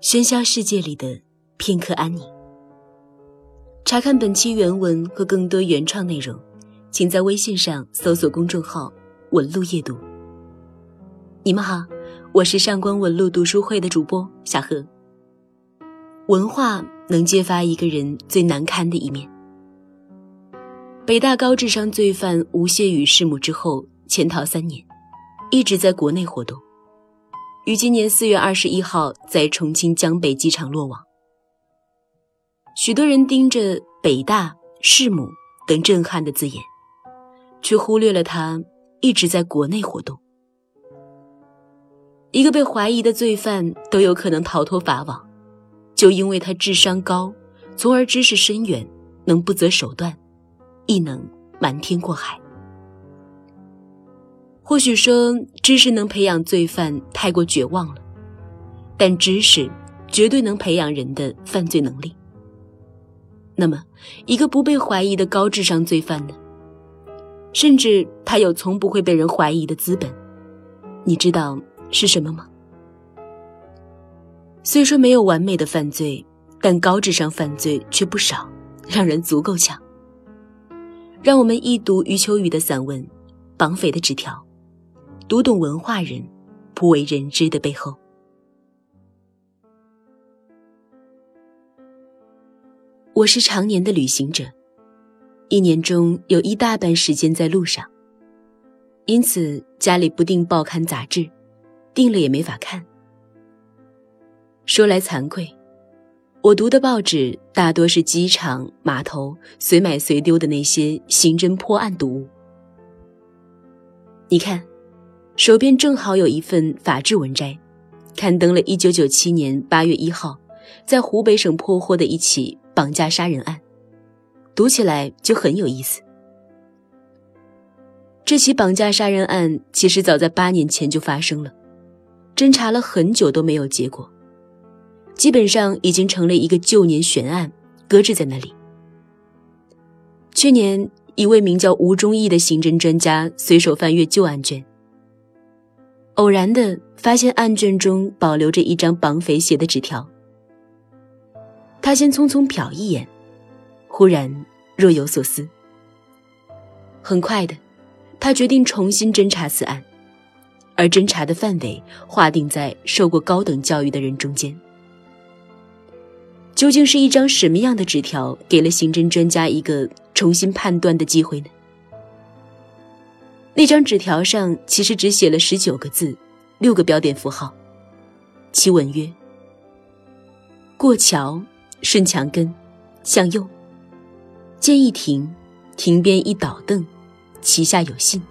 喧嚣世界里的片刻安宁。查看本期原文和更多原创内容，请在微信上搜索公众号文路夜读。你们好，我是上官文路读书会的主播小何。文化能揭发一个人最难堪的一面。北大高智商罪犯吴谢宇弑母之后潜逃3年，一直在国内活动，于今年4月21号在重庆江北机场落网。许多人盯着北大、弑母等震撼的字眼，却忽略了他一直在国内活动。一个被怀疑的罪犯都有可能逃脱法网，就因为他智商高，从而知识深远，能不择手段，亦能瞒天过海。或许说知识能培养罪犯太过绝望了，但知识绝对能培养人的犯罪能力。那么一个不被怀疑的高智商罪犯呢？甚至他有从不会被人怀疑的资本，你知道是什么吗？虽说没有完美的犯罪，但高智商犯罪却不少，让人足够呛。让我们一读余秋雨的散文《绑匪的纸条》，读懂文化人不为人知的背后。我是常年的旅行者，一年中有一大半时间在路上，因此家里不订报刊杂志，订了也没法看。说来惭愧，我读的报纸大多是机场、码头随买随丢的那些刑侦破案读物。你看，手边正好有一份法制文摘，刊登了1997年8月1号在湖北省破获的一起绑架杀人案，读起来就很有意思。这起绑架杀人案其实早在8年前就发生了，侦查了很久都没有结果，基本上已经成了一个旧年悬案，搁置在那里。去年一位名叫吴忠义的刑侦专家随手翻阅旧案卷，偶然地发现案卷中保留着一张绑匪写的纸条。他先匆匆瞟一眼，忽然若有所思。很快的，他决定重新侦查此案，而侦查的范围划定在受过高等教育的人中间。究竟是一张什么样的纸条给了刑侦专家一个重新判断的机会呢？那张纸条上其实只写了19个字，6个标点符号，其文曰：过桥，顺墙根，向右，见一亭，亭边一倒凳，其下有信。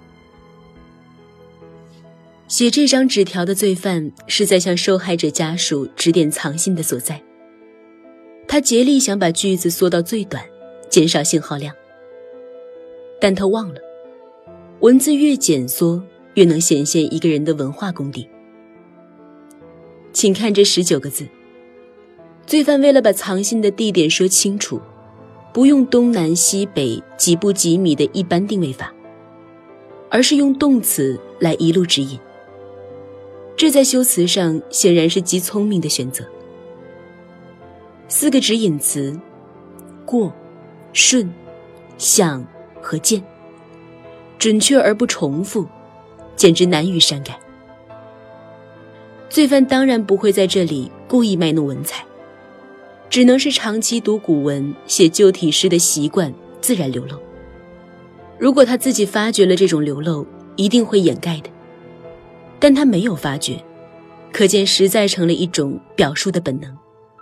写这张纸条的罪犯是在向受害者家属指点藏信的所在，他竭力想把句子缩到最短，减少信号量，但他忘了，文字越简缩，越能显现一个人的文化功底。请看这19个字，罪犯为了把藏信的地点说清楚，不用东南西北几步几米的一般定位法，而是用动词来一路指引。这在修辞上显然是极聪明的选择。4个指引词：过、顺、向和见，准确而不重复，简直难于删改。罪犯当然不会在这里故意卖弄文采，只能是长期读古文写旧体诗的习惯自然流露。如果他自己发觉了这种流露，一定会掩盖的，但他没有发觉，可见实在成了一种表述的本能。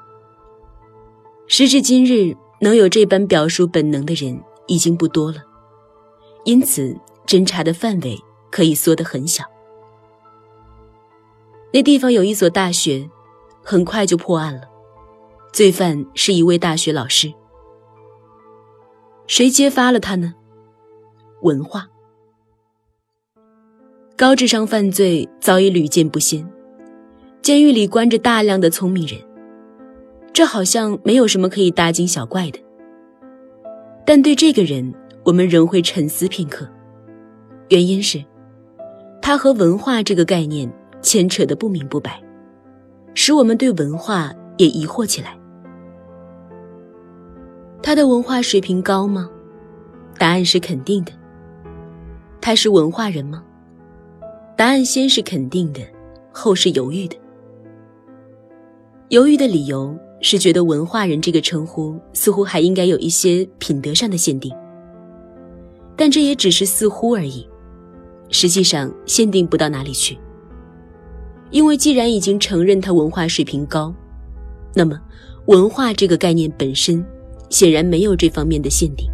时至今日，能有这般表述本能的人已经不多了，因此侦查的范围可以缩得很小。那地方有一所大学，很快就破案了，罪犯是一位大学老师。谁揭发了他呢？文化。高智商犯罪早已屡见不鲜，监狱里关着大量的聪明人，这好像没有什么可以大惊小怪的。但对这个人，我们仍会沉思片刻，原因是他和文化这个概念牵扯得不明不白， 使我们对文化也疑惑起来。他的文化水平高吗？答案是肯定的。他是文化人吗？答案先是肯定的，后是犹豫的。犹豫的理由是觉得文化人这个称呼似乎还应该有一些品德上的限定，但这也只是似乎而已，实际上限定不到哪里去。因为既然已经承认他文化水平高，那么文化这个概念本身显然没有这方面的限定。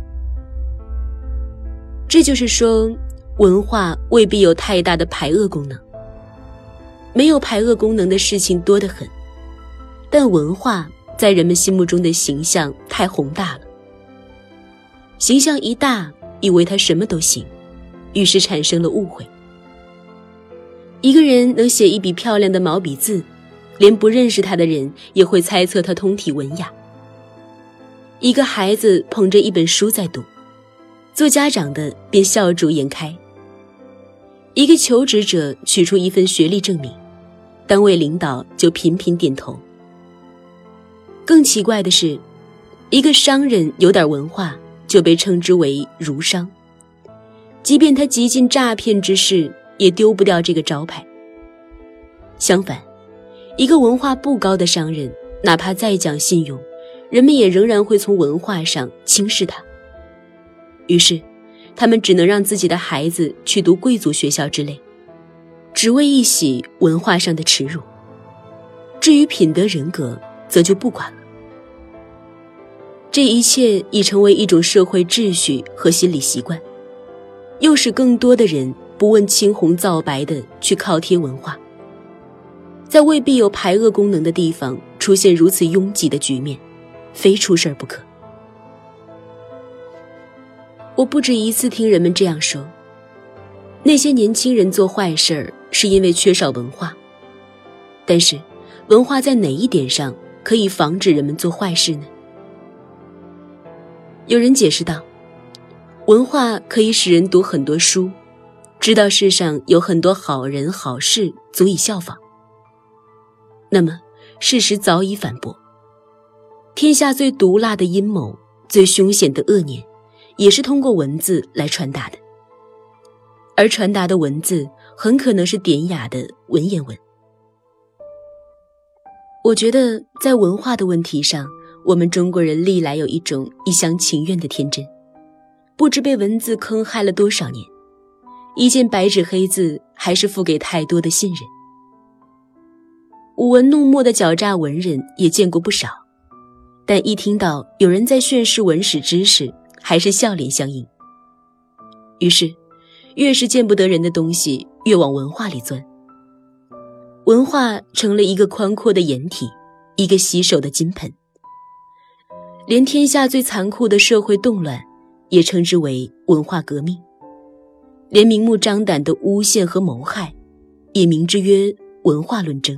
这就是说，文化未必有太大的排恶功能。没有排恶功能的事情多得很，但文化在人们心目中的形象太宏大了。形象一大，以为他什么都行，于是产生了误会。一个人能写一笔漂亮的毛笔字，连不认识他的人也会猜测他通体文雅。一个孩子捧着一本书在读，做家长的便笑逐颜开。一个求职者取出一份学历证明，单位领导就频频点头。更奇怪的是，一个商人有点文化就被称之为儒商，即便他极尽诈骗之事，也丢不掉这个招牌。相反，一个文化不高的商人，哪怕再讲信用，人们也仍然会从文化上轻视他。于是他们只能让自己的孩子去读贵族学校之类，只为一洗文化上的耻辱。至于品德人格，则就不管了。这一切已成为一种社会秩序和心理习惯，又使更多的人不问青红皂白地去靠贴文化，在未必有排恶功能的地方出现如此拥挤的局面，非出事不可。我不止一次听人们这样说，那些年轻人做坏事是因为缺少文化，但是文化在哪一点上可以防止人们做坏事呢？有人解释道，文化可以使人读很多书，知道世上有很多好人好事足以效仿。那么事实早已反驳，天下最毒辣的阴谋，最凶险的恶念，也是通过文字来传达的，而传达的文字很可能是典雅的文言文。我觉得在文化的问题上，我们中国人历来有一种一厢情愿的天真，不知被文字坑害了多少年，一见白纸黑字还是付给太多的信任。舞文弄墨的狡诈文人也见过不少，但一听到有人在宣示文史知识，还是笑脸相迎。于是越是见不得人的东西，越往文化里钻。文化成了一个宽阔的掩体，一个洗手的金盆。连天下最残酷的社会动乱也称之为文化革命，连明目张胆的诬陷和谋害也名之曰文化论争。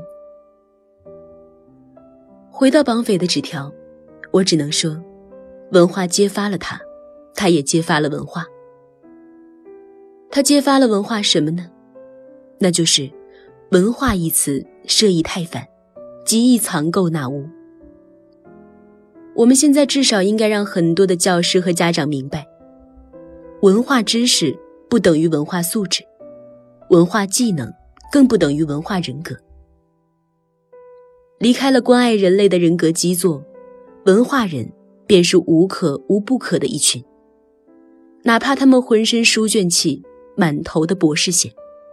回到绑匪的纸条，我只能说，文化揭发了他，他也揭发了文化。他揭发了文化什么呢？那就是文化一词涉意太泛，极易藏垢纳污。我们现在至少应该让很多的教师和家长明白，文化知识不等于文化素质，文化技能更不等于文化人格。离开了关爱人类的人格基座，文化人便是无可无不可的一群，哪怕他们浑身书卷气，满头的博士衔。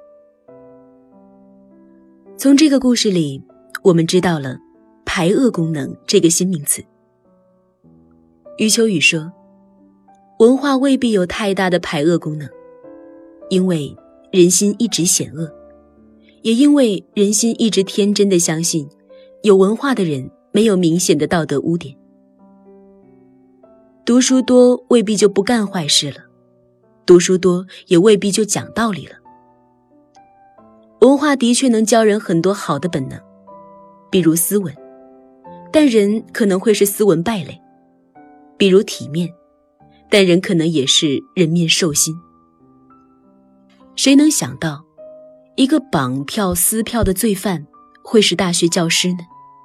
从这个故事里，我们知道了排恶功能这个新名词。余秋雨说，文化未必有太大的排恶功能，因为人心一直险恶，也因为人心一直天真地相信有文化的人没有明显的道德污点。读书多未必就不干坏事了，读书多也未必就讲道理了。文化的确能教人很多好的本能，比如斯文，但人可能会是斯文败类；比如体面，但人可能也是人面兽心。谁能想到，一个绑票撕票的罪犯， 会是大学教师呢？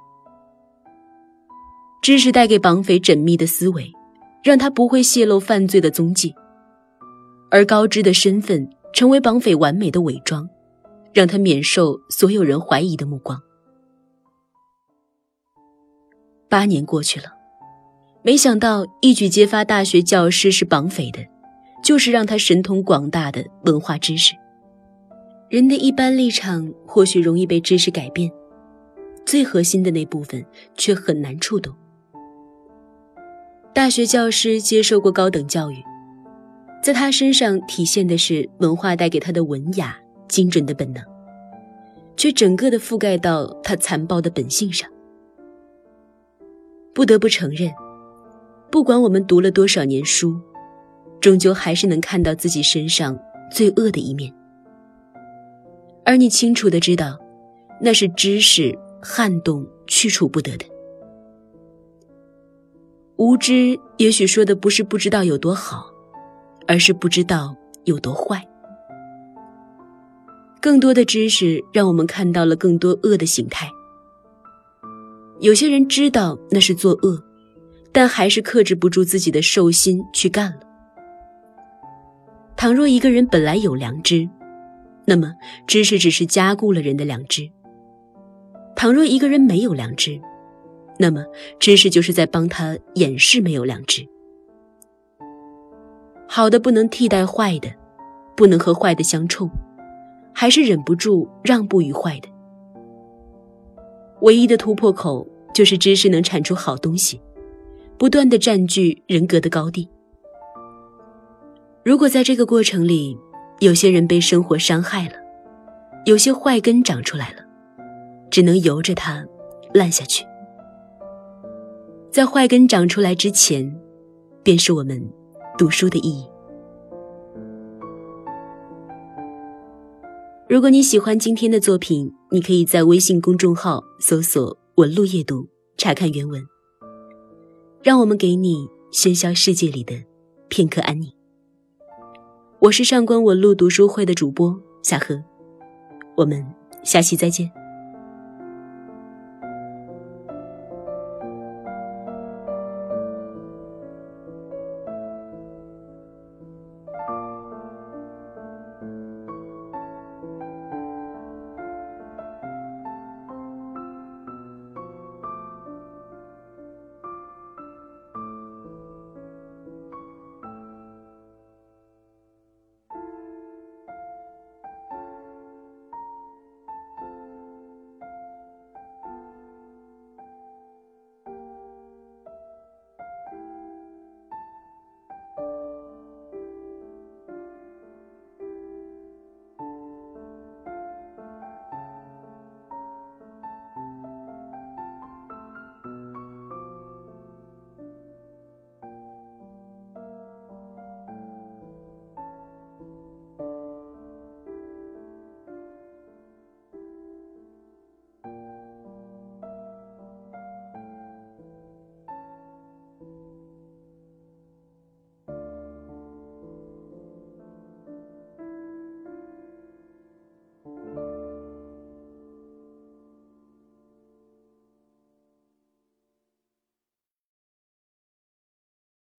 知识带给绑匪缜密的思维，让他不会泄露犯罪的踪迹，而高知的身份成为绑匪完美的伪装，让他免受所有人怀疑的目光。8年过去了，没想到一举揭发大学教师是绑匪的，就是让他神通广大的文化知识。人的一般立场或许容易被知识改变，最核心的那部分却很难触动。大学教师接受过高等教育，在他身上体现的是文化带给他的文雅、精准的本能，却整个的覆盖到他残暴的本性上。不得不承认，不管我们读了多少年书，终究还是能看到自己身上最恶的一面。而你清楚地知道，那是知识撼动去除不得的。无知也许说的不是不知道有多好，而是不知道有多坏。更多的知识让我们看到了更多恶的形态。有些人知道那是作恶，但还是克制不住自己的兽心去干了。倘若一个人本来有良知，那么知识只是加固了人的良知。倘若一个人没有良知，那么知识就是在帮他掩饰没有良知。好的不能替代坏的，不能和坏的相冲，还是忍不住让步于坏的。唯一的突破口就是知识能产出好东西，不断地占据人格的高地。如果在这个过程里，有些人被生活伤害了，有些坏根长出来了，只能由着它烂下去。在坏根长出来之前，便是我们读书的意义。如果你喜欢今天的作品，你可以在微信公众号搜索文路夜读，查看原文。让我们给你喧嚣世界里的片刻安宁。我是上官文路读书会的主播夏荷，我们下期再见。